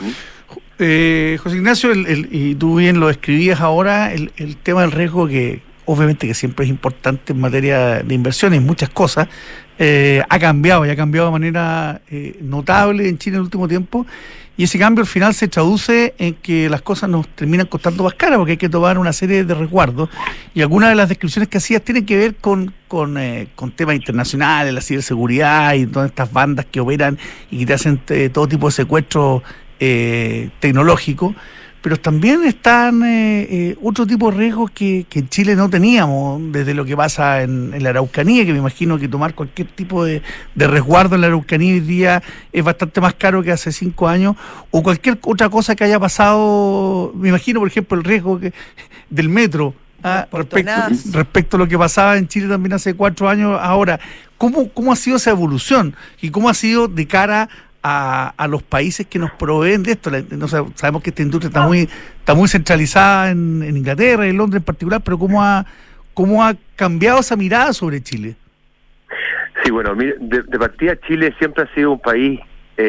B: José Ignacio, y tú bien lo escribías ahora, el tema del riesgo, que obviamente que siempre es importante en materia de inversiones, muchas cosas, ha cambiado de manera notable en Chile en el último tiempo, y ese cambio al final se traduce en que las cosas nos terminan costando más caras porque hay que tomar una serie de resguardos, y algunas de las descripciones que hacías tienen que ver con temas internacionales, la ciberseguridad y todas estas bandas que operan y que te hacen todo tipo de secuestros tecnológico, pero también están otro tipo de riesgos que en Chile no teníamos, desde lo que pasa en la Araucanía, que me imagino que tomar cualquier tipo de resguardo en la Araucanía hoy día es bastante más caro que hace 5 años, o cualquier otra cosa que haya pasado. Me imagino, por ejemplo, el riesgo del metro, respecto a lo que pasaba en Chile también hace 4 años. Ahora, ¿cómo ha sido esa evolución? ¿Y cómo ha sido de cara a los países que nos proveen de esto? Sabemos que esta industria está muy centralizada en Inglaterra y en Londres en particular, pero ¿cómo ha cambiado esa mirada sobre Chile?
E: Sí, bueno, de partida Chile siempre ha sido un país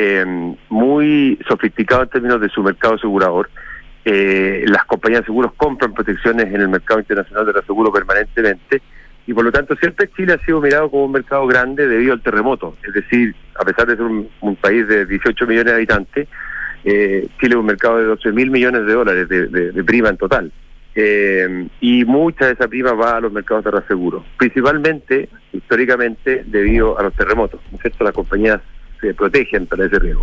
E: muy sofisticado en términos de su mercado asegurador. Las compañías de seguros compran protecciones en el mercado internacional de aseguro permanentemente, y por lo tanto siempre Chile ha sido mirado como un mercado grande debido al terremoto. Es decir, a pesar de ser un país de 18 millones de habitantes, Chile es un mercado de 12.000 millones de dólares de prima en total. Y mucha de esa prima va a los mercados de reaseguro, principalmente, históricamente, debido a los terremotos, ¿no es cierto? Las compañías se protegen para ese riesgo.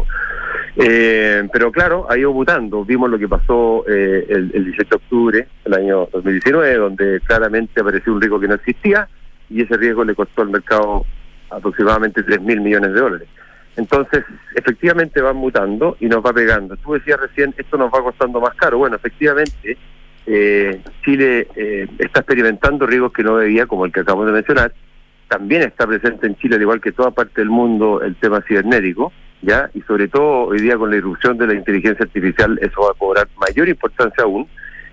E: Pero claro, ha ido mutando. Vimos lo que pasó el 18 de octubre del año 2019, donde claramente apareció un riesgo que no existía, y ese riesgo le costó al mercado aproximadamente 3.000 millones de dólares. Entonces, efectivamente van mutando y nos va pegando. Tú decías recién, esto nos va costando más caro. Bueno, efectivamente, Chile está experimentando riesgos que no debía, como el que acabamos de mencionar. También está presente en Chile, al igual que toda parte del mundo, el tema cibernético, ¿ya? Y sobre todo hoy día con la irrupción de la inteligencia artificial, eso va a cobrar mayor importancia aún.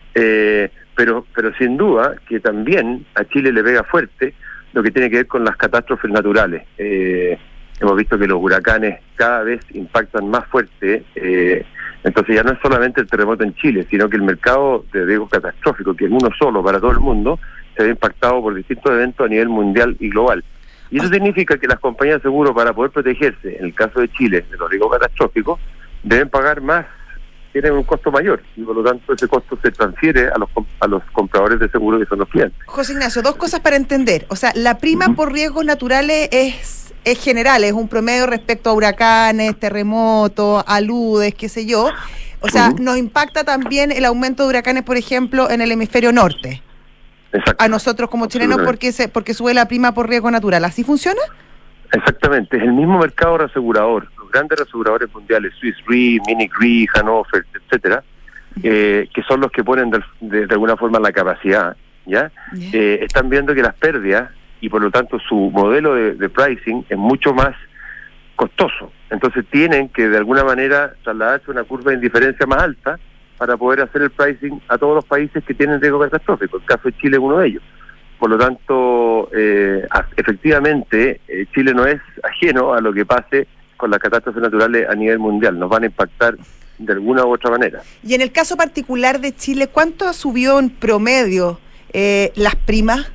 E: Pero sin duda que también a Chile le pega fuerte lo que tiene que ver con las catástrofes naturales. Hemos visto que los huracanes cada vez impactan más fuerte, entonces ya no es solamente el terremoto en Chile, sino que el mercado de riesgo catastrófico, que es uno solo para todo el mundo, se ve impactado por distintos eventos a nivel mundial y global. Y eso significa que las compañías de seguro, para poder protegerse, en el caso de Chile, de los riesgos catastróficos, deben pagar más, tienen un costo mayor, y por lo tanto ese costo se transfiere a los compradores de seguro, que son los clientes.
C: José Ignacio, dos cosas para entender. O sea, la prima por riesgos naturales es general, es un promedio respecto a huracanes, terremotos, aludes, qué sé yo. O sea, nos impacta también el aumento de huracanes, por ejemplo, en el hemisferio norte.
E: Exacto.
C: A nosotros como chilenos porque sube la prima por riesgo natural. ¿Así funciona?
E: Exactamente, es el mismo mercado reasegurador. Los grandes reaseguradores mundiales, Swiss Re, Munich Re, Hannover, etcétera, que son los que ponen de alguna forma la capacidad, ¿ya? Están viendo que las pérdidas y por lo tanto su modelo de pricing es mucho más costoso. Entonces tienen que de alguna manera trasladarse una curva de indiferencia más alta para poder hacer el pricing a todos los países que tienen riesgo catastrófico. El caso de Chile es uno de ellos. Por lo tanto, efectivamente, Chile no es ajeno a lo que pase con las catástrofes naturales a nivel mundial. Nos van a impactar de alguna u otra manera.
C: Y en el caso particular de Chile, ¿cuánto ha subido en promedio las primas?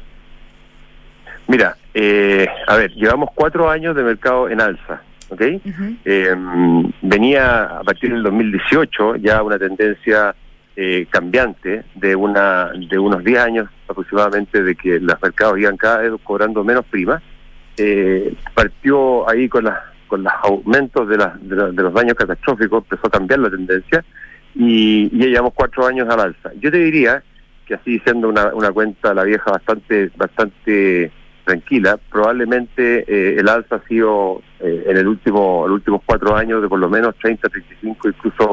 E: Mira, a ver, llevamos 4 años de mercado en alza, ¿ok? Venía a partir del 2018 ya una tendencia cambiante de unos 10 años aproximadamente de que los mercados iban cada vez cobrando menos primas. Partió ahí con los aumentos de los daños catastróficos, empezó a cambiar la tendencia y ya llevamos 4 años al alza. Yo te diría que así siendo una cuenta la vieja bastante tranquila, probablemente el alza ha sido en los últimos 4 años de por lo menos 30, 35,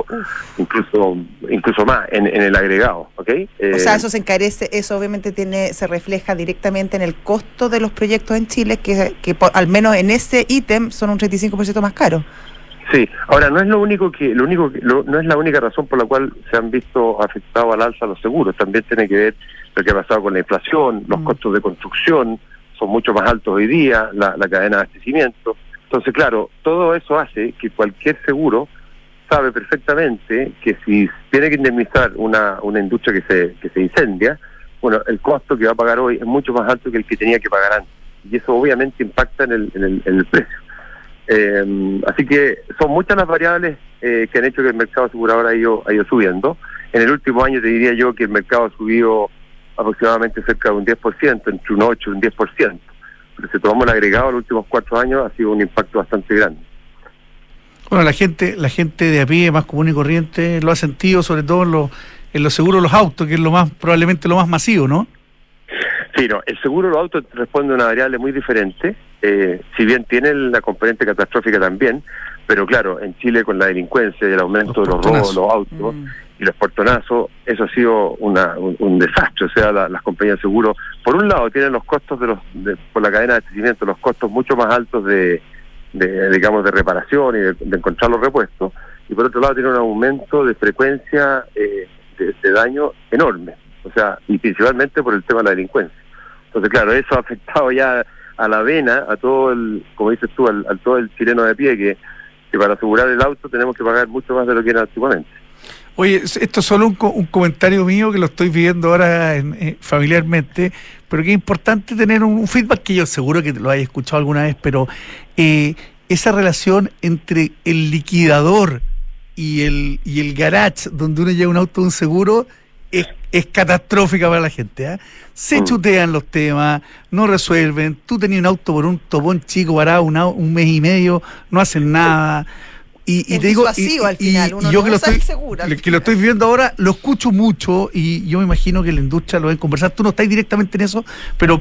E: incluso más en el agregado, ¿ok?
C: O sea, eso se encarece, eso obviamente se refleja directamente en el costo de los proyectos en Chile, que al menos en ese ítem son un 35% más caro.
E: Sí, ahora no es no es la única razón por la cual se han visto afectados al alza los seguros. También tiene que ver lo que ha pasado con la inflación, los costos de construcción son mucho más altos hoy día, la cadena de abastecimiento. Entonces, claro, todo eso hace que cualquier seguro sabe perfectamente que si tiene que indemnizar una industria que se incendia, bueno, el costo que va a pagar hoy es mucho más alto que el que tenía que pagar antes. Y eso obviamente impacta en el precio. Así que son muchas las variables que han hecho que el mercado asegurador ha ido subiendo. En el último año te diría yo que el mercado ha subido aproximadamente cerca de un 10%, entre un 8 y un 10%. Pero si tomamos el agregado en los últimos 4 años ha sido un impacto bastante grande.
B: Bueno, la gente de a pie, más común y corriente, lo ha sentido, sobre todo en los seguros de los autos, que es probablemente lo más masivo, ¿no?
E: Sí, no, el seguro de los autos responde a una variable muy diferente, si bien tiene la componente catastrófica también, pero claro, en Chile con la delincuencia y el aumento de los robos de los autos y los portonazos, eso ha sido un desastre. O sea, las compañías de seguro, por un lado, tienen los costos por la cadena de abastecimiento, los costos mucho más altos de reparación y de encontrar los repuestos, y por otro lado tienen un aumento de frecuencia de daño enorme, o sea, y principalmente por el tema de la delincuencia. Entonces, claro, eso ha afectado ya a la vena, a todo como dices tú, a todo el chileno de pie, que para asegurar el auto tenemos que pagar mucho más de lo que era antiguamente.
B: Oye, esto es solo un comentario mío que lo estoy viviendo ahora familiarmente, pero que es importante tener un feedback que yo seguro que lo hayas escuchado alguna vez, pero esa relación entre el liquidador y el garage donde uno lleva un auto de un seguro es catastrófica para la gente, ¿eh? Se chutean los temas, no resuelven. Tú tenías un auto por un topón chico parado un mes y medio, no hacen nada. Y te digo, y yo que lo estoy viviendo ahora, lo escucho mucho y yo me imagino que la industria lo debe conversar. Tú no estás directamente en eso, pero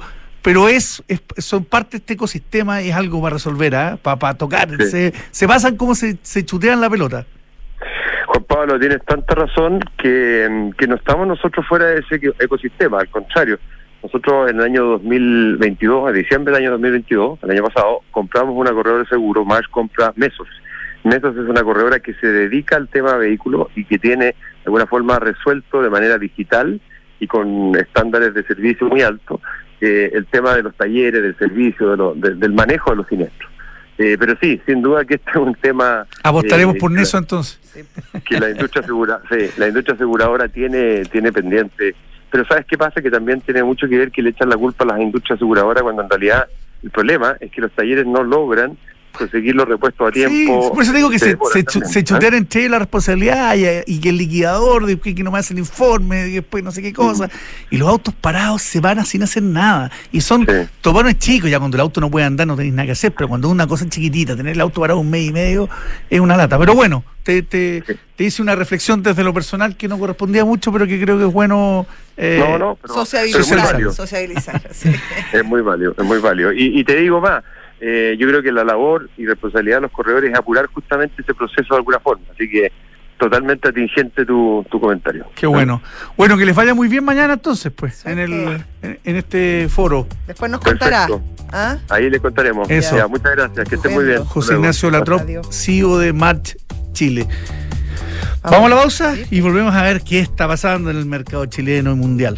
B: son parte de este ecosistema y es algo para resolver, para tocar. Sí. Se pasan como se chutean la pelota.
E: Juan Pablo, tienes tanta razón que no estamos nosotros fuera de ese ecosistema, al contrario. Nosotros en el año 2022, a diciembre del año 2022, el año pasado, compramos una corredora de seguro, Marsh compra Mesos. Mesos es una corredora que se dedica al tema vehículo y que tiene de alguna forma resuelto de manera digital y con estándares de servicio muy altos el tema de los talleres, del servicio, del manejo de los siniestros. Pero sí, sin duda que este es un tema...
B: ¿Apostaremos por eso entonces?
E: Que la industria aseguradora tiene pendiente pero ¿sabes qué pasa? Que también tiene mucho que ver que le echan la culpa a las industrias aseguradoras, cuando en realidad el problema es que los talleres no logran conseguir los repuestos a tiempo.
B: Sí, por eso digo que se chutean entre ellos la responsabilidad y que el liquidador, que no me hace el informe, y después no sé qué cosa, y los autos parados se van sin hacer nada, y son topones chicos. Ya cuando el auto no puede andar no tenéis nada que hacer, pero cuando es una cosa chiquitita, tener el auto parado un mes y medio es una lata. Pero bueno, te hice una reflexión desde lo personal que no correspondía mucho, pero que creo que es bueno
E: pero
C: sociabilizar. Sí.
E: Es muy válido. Y te digo más, yo creo que la labor y responsabilidad de los corredores es apurar justamente ese proceso de alguna forma, así que totalmente atingente tu comentario.
B: Qué bueno. Bueno, que les vaya muy bien mañana entonces, pues, en este foro.
C: Después nos contará.
E: ¿Ah? Ahí les contaremos.
B: Eso.
E: Ya, muchas gracias, que estén muy bien.
B: José Ignacio Latrop, CEO de March Chile. Vamos a la pausa y volvemos a ver qué está pasando en el mercado chileno y mundial.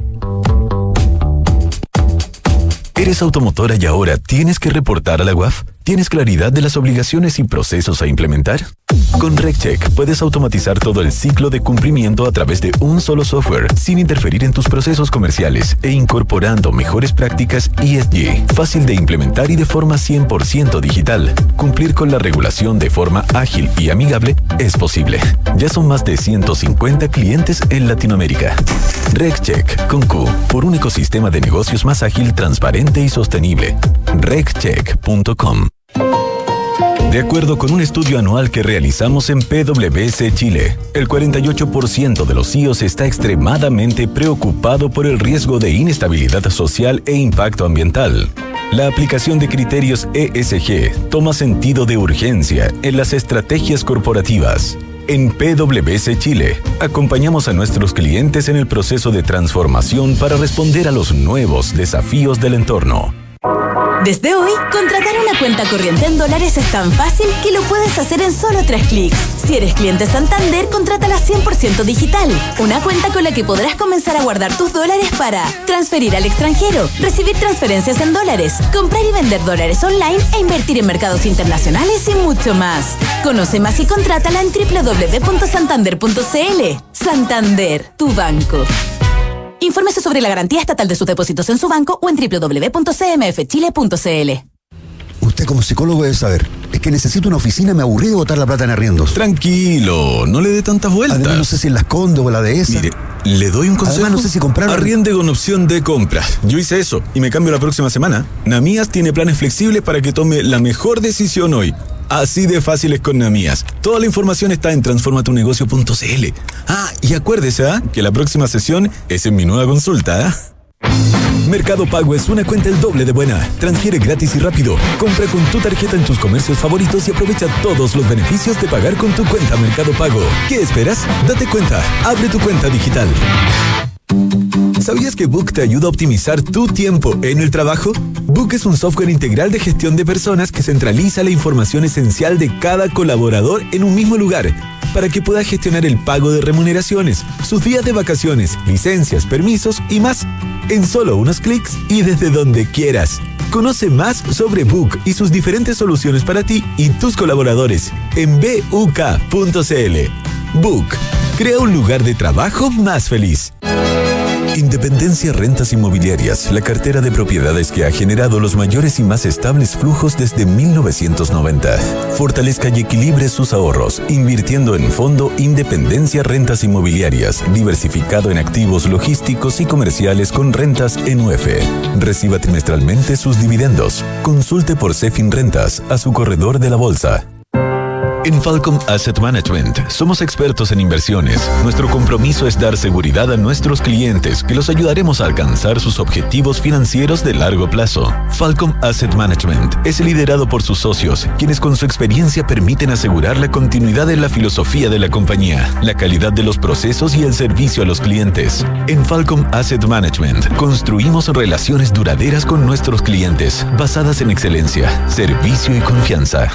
F: ¿Eres automotora y ahora tienes que reportar a la UAF? ¿Tienes claridad de las obligaciones y procesos a implementar? Con RecCheck puedes automatizar todo el ciclo de cumplimiento a través de un solo software, sin interferir en tus procesos comerciales e incorporando mejores prácticas ESG. Fácil de implementar y de forma 100% digital. Cumplir con la regulación de forma ágil y amigable es posible. Ya son más de 150 clientes en Latinoamérica. RecCheck con Q, por un ecosistema de negocios más ágil, transparente y sostenible. RecCheck.com. De acuerdo con un estudio anual que realizamos en PwC Chile, el 48% de los CEOs está extremadamente preocupado por el riesgo de inestabilidad social e impacto ambiental. La aplicación de criterios ESG toma sentido de urgencia en las estrategias corporativas. En PwC Chile, acompañamos a nuestros clientes en el proceso de transformación para responder a los nuevos desafíos del entorno.
G: Desde hoy, contratar una cuenta corriente en dólares es tan fácil que lo puedes hacer en solo 3 clics. Si eres cliente Santander, contrátala 100% digital. Una cuenta con la que podrás comenzar a guardar tus dólares para transferir al extranjero, recibir transferencias en dólares, comprar y vender dólares online e invertir en mercados internacionales y mucho más. Conoce más y contrátala en www.santander.cl. Santander, tu banco. Infórmese sobre la garantía estatal de sus depósitos en su banco o en www.cmfchile.cl.
H: Usted como psicólogo debe saber, es que necesito una oficina, me aburrí de botar la plata en arriendos.
F: Tranquilo, no le dé tantas vueltas.
H: Además no sé si en Las Condes o la dehesa.
F: Mire, le doy un consejo.
H: Además no sé si comprar.
F: Arriende con opción de compra. Yo hice eso y me cambio la próxima semana. Namías tiene planes flexibles para que tome la mejor decisión hoy. Así de fácil es con Namías. Toda la información está en transformatunegocio.cl. Y acuérdese, que la próxima sesión es en mi nueva consulta. Mercado Pago es una cuenta el doble de buena. Transfiere gratis y rápido. Compra con tu tarjeta en tus comercios favoritos y aprovecha todos los beneficios de pagar con tu cuenta Mercado Pago. ¿Qué esperas? Date cuenta. Abre tu cuenta digital. ¿Sabías que Book te ayuda a optimizar tu tiempo en el trabajo? Book es un software integral de gestión de personas que centraliza la información esencial de cada colaborador en un mismo lugar, para que pueda gestionar el pago de remuneraciones, sus días de vacaciones, licencias, permisos y más, en solo unos clics y desde donde quieras. Conoce más sobre Book y sus diferentes soluciones para ti y tus colaboradores en buk.cl. Book, crea un lugar de trabajo más feliz. Independencia Rentas Inmobiliarias, la cartera de propiedades que ha generado los mayores y más estables flujos desde 1990. Fortalezca y equilibre sus ahorros, invirtiendo en Fondo Independencia Rentas Inmobiliarias, diversificado en activos logísticos y comerciales con rentas en UF. Reciba trimestralmente sus dividendos. Consulte por Cefin Rentas a su corredor de la bolsa. En Falcom Asset Management somos expertos en inversiones. Nuestro compromiso es dar seguridad a nuestros clientes, que los ayudaremos a alcanzar sus objetivos financieros de largo plazo. Falcom Asset Management es liderado por sus socios, quienes con su experiencia permiten asegurar la continuidad en la filosofía de la compañía, la calidad de los procesos y el servicio a los clientes. En Falcom Asset Management construimos relaciones duraderas con nuestros clientes, basadas en excelencia, servicio y confianza.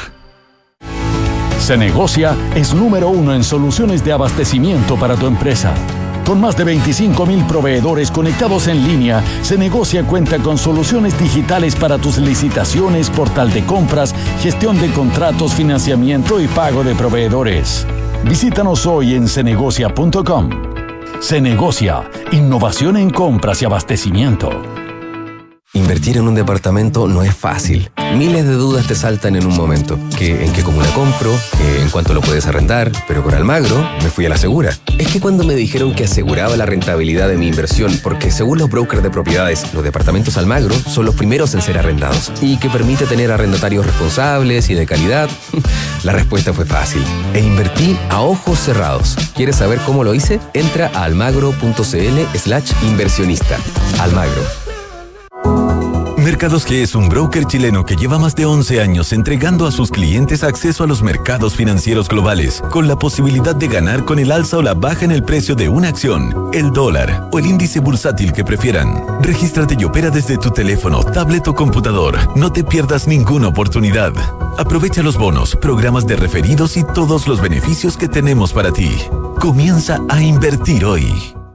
I: Cenegocia es número 1 en soluciones de abastecimiento para tu empresa. Con más de 25,000 proveedores conectados en línea, Cenegocia cuenta con soluciones digitales para tus licitaciones, portal de compras, gestión de contratos, financiamiento y pago de proveedores. Visítanos hoy en cenegocia.com. Se negocia. Innovación en compras y abastecimiento.
J: Invertir en un departamento no es fácil. Miles de dudas te saltan en un momento. ¿En qué comuna compro? ¿En cuánto lo puedes arrendar? Pero con Almagro me fui a la segura. Es que cuando me dijeron que aseguraba la rentabilidad de mi inversión, porque según los brokers de propiedades, los departamentos Almagro son los primeros en ser arrendados y que permite tener arrendatarios responsables y de calidad, la respuesta fue fácil. E invertí a ojos cerrados. ¿Quieres saber cómo lo hice? Entra a almagro.cl/inversionista. Almagro.
F: Mercados G es un broker chileno que lleva más de 11 años entregando a sus clientes acceso a los mercados financieros globales, con la posibilidad de ganar con el alza o la baja en el precio de una acción, el dólar o el índice bursátil que prefieran. Regístrate y opera desde tu teléfono, tablet o computador. No te pierdas ninguna oportunidad. Aprovecha los bonos, programas de referidos y todos los beneficios que tenemos para ti. Comienza a invertir hoy.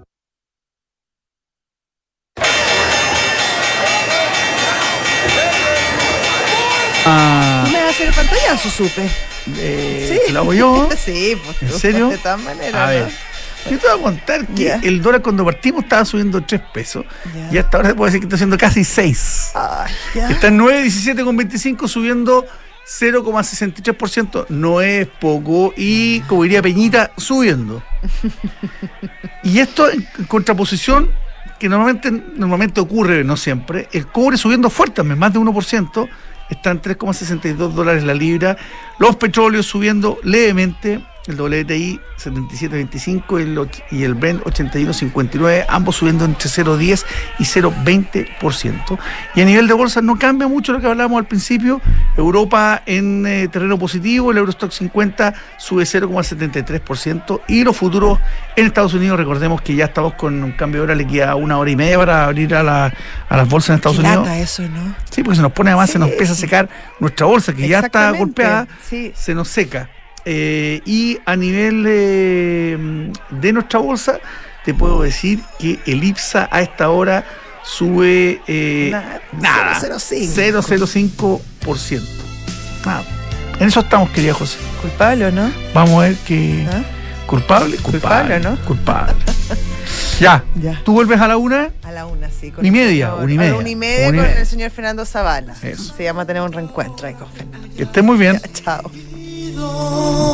C: No me va a hacer el pantallazo, supe.
B: ¿Sí? ¿Lo hago yo?
C: Sí, pues.
B: ¿En serio?
C: De todas maneras.
B: A ver, yo te voy a contar que el dólar cuando partimos estaba subiendo 3 pesos y hasta ahora se puede decir que está subiendo casi 6. Está en 9.17,25 subiendo 0,63%. No es poco y, como diría Peñita, subiendo. Y esto en contraposición que normalmente ocurre, no siempre, el cobre subiendo fuerte, más de 1%. Está en $3,62 la libra. Los petróleos subiendo levemente. El WTI 77.25 y el Brent 81.59. Ambos subiendo entre 0,10 y 0,20%. Y a nivel de bolsa no cambia mucho lo que hablábamos al principio. Europa en terreno positivo. El Eurostock 50 sube 0,73%. Y los futuros en Estados Unidos, recordemos que ya estamos con un cambio de hora. Le queda 1 hora y media para abrir a las bolsas en Estados Unidos.
C: Eso, ¿no?
B: Sí, porque se nos pone además, se nos empieza a secar nuestra bolsa, que ya está golpeada, se nos seca. Y a nivel de nuestra bolsa, te puedo decir que el IPSA a esta hora sube nada, 0,05%. Nada. En eso estamos, querida José.
C: ¿Culpable o no?
B: Vamos a ver que... ¿Culpable?
C: ¿Culpable, no?
B: Culpable. Ya. ¿Tú vuelves a la 1?
C: A la 1, sí.
B: Una y media.
C: Con el señor Fernando Zavala.
B: Eso.
C: Se llama Tener un Reencuentro ahí con Fernando.
B: Que esté muy bien.
C: Ya, chao.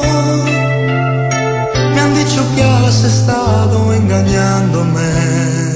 A: Me han dicho que has estado engañándome.